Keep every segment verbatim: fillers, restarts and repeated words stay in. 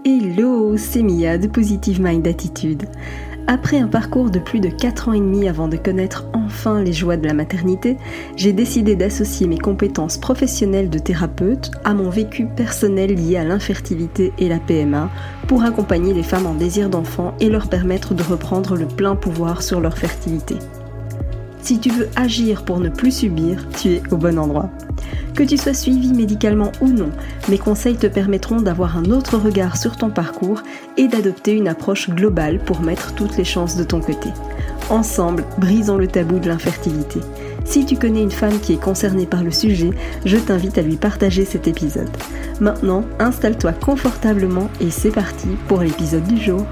Hello, c'est Mia de Positive Mind Attitude. Après un parcours de plus de quatre ans et demi avant de connaître enfin les joies de la maternité, j'ai décidé d'associer mes compétences professionnelles de thérapeute à mon vécu personnel lié à l'infertilité et la P M A pour accompagner les femmes en désir d'enfant et leur permettre de reprendre le plein pouvoir sur leur fertilité. Si tu veux agir pour ne plus subir, tu es au bon endroit. Que tu sois suivi médicalement ou non, mes conseils te permettront d'avoir un autre regard sur ton parcours et d'adopter une approche globale pour mettre toutes les chances de ton côté. Ensemble, brisons le tabou de l'infertilité. Si tu connais une femme qui est concernée par le sujet, je t'invite à lui partager cet épisode. Maintenant, installe-toi confortablement et c'est parti pour l'épisode du jour.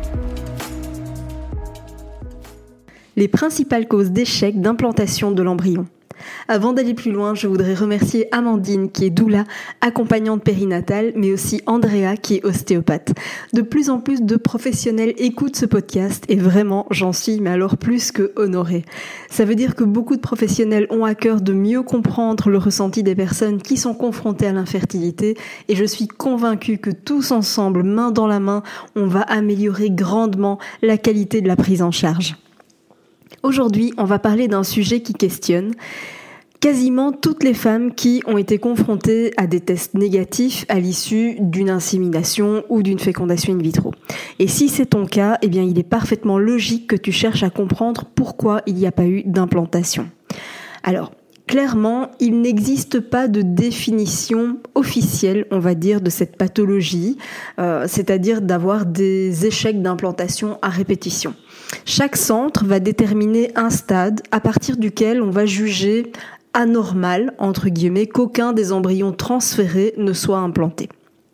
Les principales causes d'échec d'implantation de l'embryon. Avant d'aller plus loin, je voudrais remercier Amandine qui est doula, accompagnante périnatale, mais aussi Andrea qui est ostéopathe. De plus en plus de professionnels écoutent ce podcast et vraiment, j'en suis mais alors plus que honorée. Ça veut dire que beaucoup de professionnels ont à cœur de mieux comprendre le ressenti des personnes qui sont confrontées à l'infertilité et je suis convaincue que tous ensemble, main dans la main, on va améliorer grandement la qualité de la prise en charge. Aujourd'hui, on va parler d'un sujet qui questionne quasiment toutes les femmes qui ont été confrontées à des tests négatifs à l'issue d'une insémination ou d'une fécondation in vitro. Et si c'est ton cas, eh bien, il est parfaitement logique que tu cherches à comprendre pourquoi il n'y a pas eu d'implantation. Alors, clairement, il n'existe pas de définition officielle, on va dire, de cette pathologie, euh, c'est-à-dire d'avoir des échecs d'implantation à répétition. Chaque centre va déterminer un stade à partir duquel on va juger anormal, entre guillemets, qu'aucun des embryons transférés ne soit implanté.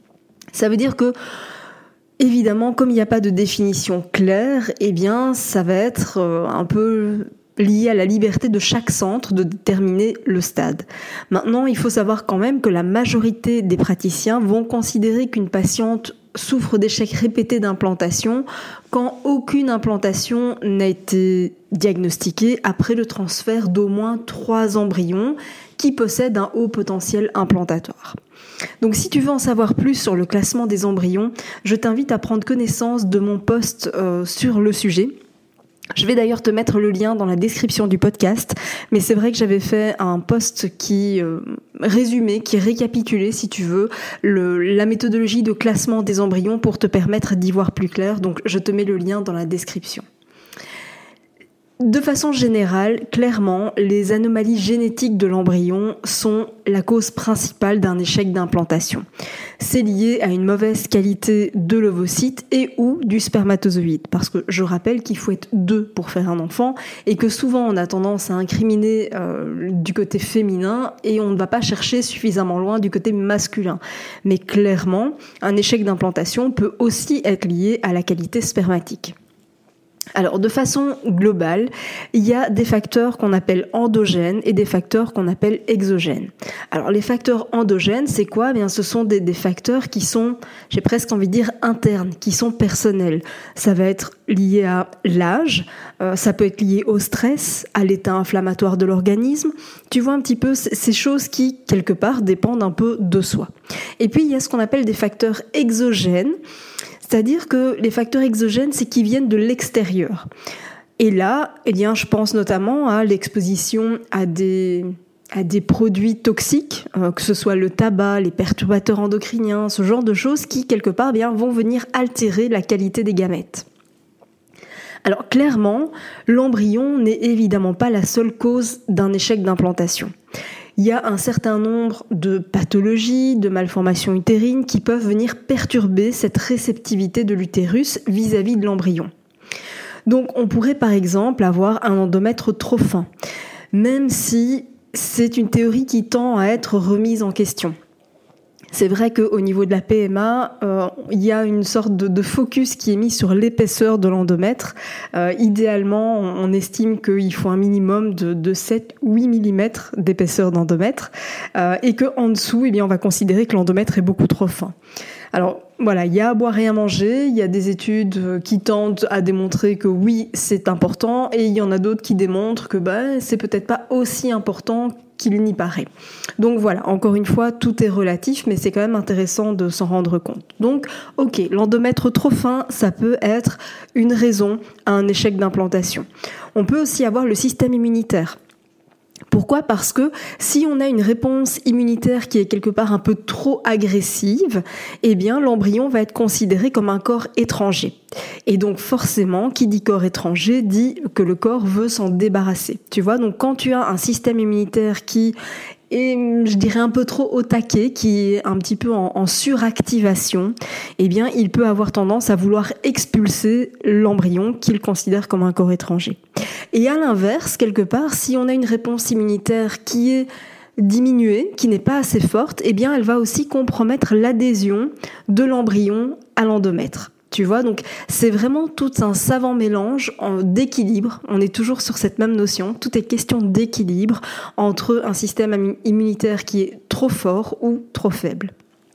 Ça veut dire que, évidemment, comme il n'y a pas de définition claire, eh bien, ça va être euh, un peu lié à la liberté de chaque centre de déterminer le stade. Maintenant, il faut savoir quand même que la majorité des praticiens vont considérer qu'une patiente souffre d'échecs répétés d'implantation quand aucune implantation n'a été diagnostiquée après le transfert d'au moins trois embryons qui possèdent un haut potentiel implantatoire. Donc si tu veux en savoir plus sur le classement des embryons, je t'invite à prendre connaissance de mon post euh, sur le sujet. Je vais d'ailleurs te mettre le lien dans la description du podcast, mais c'est vrai que j'avais fait un post qui euh, résumait, qui récapitulait, si tu veux, le, la méthodologie de classement des embryons pour te permettre d'y voir plus clair. Donc je te mets le lien dans la description. De façon générale, clairement, les anomalies génétiques de l'embryon sont la cause principale d'un échec d'implantation. C'est lié à une mauvaise qualité de l'ovocyte et ou du spermatozoïde. Parce que je rappelle qu'il faut être deux pour faire un enfant et que souvent on a tendance à incriminer euh, du côté féminin et on ne va pas chercher suffisamment loin du côté masculin. Mais clairement, un échec d'implantation peut aussi être lié à la qualité spermatique. Alors, de façon globale, il y a des facteurs qu'on appelle endogènes et des facteurs qu'on appelle exogènes. Alors, les facteurs endogènes, c'est quoi ? Eh bien, ce sont des, des facteurs qui sont, j'ai presque envie de dire, internes, qui sont personnels. Ça va être lié à l'âge, euh, ça peut être lié au stress, à l'état inflammatoire de l'organisme. Tu vois un petit peu ces choses qui, quelque part, dépendent un peu de soi. Et puis, il y a ce qu'on appelle des facteurs exogènes. C'est-à-dire que les facteurs exogènes, c'est qui viennent de l'extérieur. Et là, eh bien, je pense notamment à l'exposition à des, à des produits toxiques, euh, que ce soit le tabac, les perturbateurs endocriniens, ce genre de choses qui, quelque part, eh bien, vont venir altérer la qualité des gamètes. Alors, clairement, l'embryon n'est évidemment pas la seule cause d'un échec d'implantation. Il y a un certain nombre de pathologies, de malformations utérines qui peuvent venir perturber cette réceptivité de l'utérus vis-à-vis de l'embryon. Donc on pourrait par exemple avoir un endomètre trop fin, même si c'est une théorie qui tend à être remise en question. C'est vrai qu'au niveau de la P M A, euh, il y a une sorte de, de focus qui est mis sur l'épaisseur de l'endomètre. Euh, idéalement, on, on estime qu'il faut un minimum de, de sept à huit millimètres d'épaisseur d'endomètre euh, et qu'en dessous, eh bien, on va considérer que l'endomètre est beaucoup trop fin. Alors voilà, il y a à boire et à manger, il y a des études qui tentent à démontrer que oui, c'est important et il y en a d'autres qui démontrent que bah, c'est peut-être pas aussi important qu'il n'y paraît. Donc voilà, encore une fois, tout est relatif, mais c'est quand même intéressant de s'en rendre compte. Donc, ok, l'endomètre trop fin, ça peut être une raison à un échec d'implantation. On peut aussi avoir le système immunitaire. Pourquoi ? Parce que si on a une réponse immunitaire qui est quelque part un peu trop agressive, eh bien l'embryon va être considéré comme un corps étranger. Et donc forcément, qui dit corps étranger dit que le corps veut s'en débarrasser. Tu vois, donc quand tu as un système immunitaire qui et je dirais un peu trop au taquet, qui est un petit peu en, en suractivation, eh bien, il peut avoir tendance à vouloir expulser l'embryon qu'il considère comme un corps étranger. Et à l'inverse, quelque part, si on a une réponse immunitaire qui est diminuée, qui n'est pas assez forte, eh bien, elle va aussi compromettre l'adhésion de l'embryon à l'endomètre. Tu vois, donc c'est vraiment tout un savant mélange d'équilibre. On est toujours sur cette même notion. Tout est question d'équilibre entre un système immunitaire qui est trop fort ou trop faible.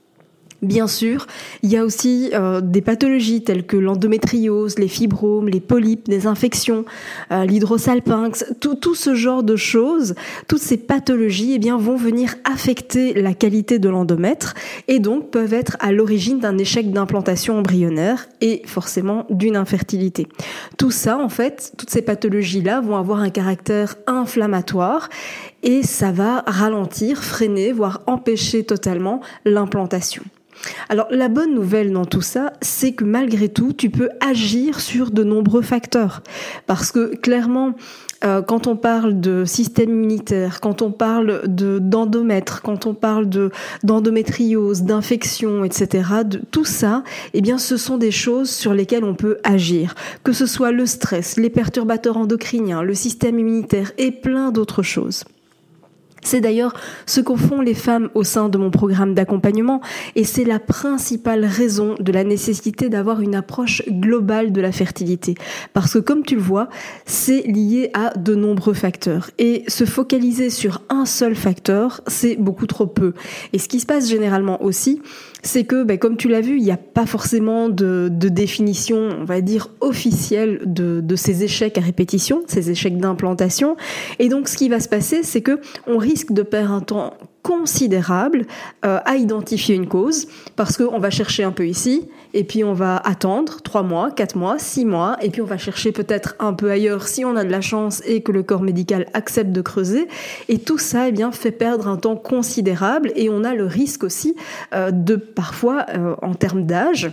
Bien sûr, il y a aussi euh, des pathologies telles que l'endométriose, les fibromes, les polypes, des infections, euh, l'hydrosalpinx, tout, tout ce genre de choses, toutes ces pathologies eh bien, vont venir affecter la qualité de l'endomètre et donc peuvent être à l'origine d'un échec d'implantation embryonnaire et forcément d'une infertilité. Tout ça, en fait, toutes ces pathologies-là vont avoir un caractère inflammatoire et ça va ralentir, freiner, voire empêcher totalement l'implantation. Alors la bonne nouvelle dans tout ça, c'est que malgré tout, tu peux agir sur de nombreux facteurs. Parce que clairement, euh, quand on parle de système immunitaire, quand on parle de, d'endomètre, quand on parle de, d'endométriose, d'infection, et cetera, de, tout ça, eh bien, ce sont des choses sur lesquelles on peut agir. Que ce soit le stress, les perturbateurs endocriniens, le système immunitaire et plein d'autres choses. C'est d'ailleurs ce qu'en font les femmes au sein de mon programme d'accompagnement et c'est la principale raison de la nécessité d'avoir une approche globale de la fertilité. Parce que comme tu le vois, c'est lié à de nombreux facteurs et se focaliser sur un seul facteur, c'est beaucoup trop peu. Et ce qui se passe généralement aussi, c'est que, ben, comme tu l'as vu, il n'y a pas forcément de, de définition, on va dire, officielle de, de ces échecs à répétition, ces échecs d'implantation. Et donc, ce qui va se passer, c'est que on risque de perdre un temps considérable euh, à identifier une cause, parce qu'on va chercher un peu ici, et puis on va attendre trois mois, quatre mois, six mois, et puis on va chercher peut-être un peu ailleurs si on a de la chance et que le corps médical accepte de creuser. Et tout ça, eh bien, fait perdre un temps considérable, et on a le risque aussi euh, de parfois, euh, en termes d'âge,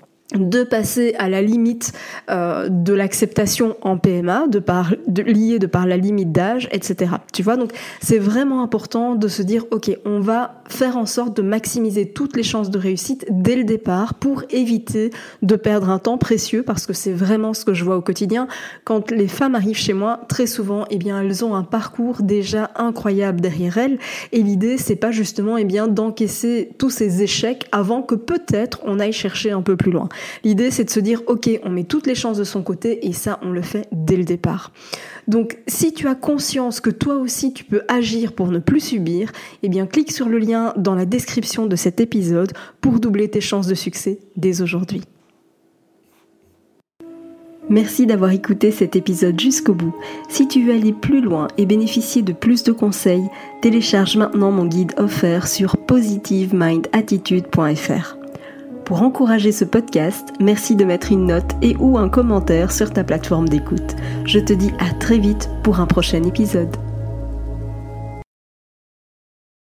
de passer à la limite euh, de l'acceptation en P M A, de par, de, liée de par la limite d'âge, et cetera. Tu vois, donc c'est vraiment important de se dire, ok, on va faire en sorte de maximiser toutes les chances de réussite dès le départ pour éviter de perdre un temps précieux, parce que c'est vraiment ce que je vois au quotidien. Quand les femmes arrivent chez moi, très souvent, eh bien, elles ont un parcours déjà incroyable derrière elles, et l'idée, c'est pas justement, eh bien, d'encaisser tous ces échecs avant que peut-être on aille chercher un peu plus loin. L'idée, c'est de se dire, ok, on met toutes les chances de son côté et ça, on le fait dès le départ. Donc, si tu as conscience que toi aussi, tu peux agir pour ne plus subir, eh bien, clique sur le lien dans la description de cet épisode pour doubler tes chances de succès dès aujourd'hui. Merci d'avoir écouté cet épisode jusqu'au bout. Si tu veux aller plus loin et bénéficier de plus de conseils, télécharge maintenant mon guide offert sur positive mind attitude point f r. Pour encourager ce podcast, merci de mettre une note et ou un commentaire sur ta plateforme d'écoute. Je te dis à très vite pour un prochain épisode.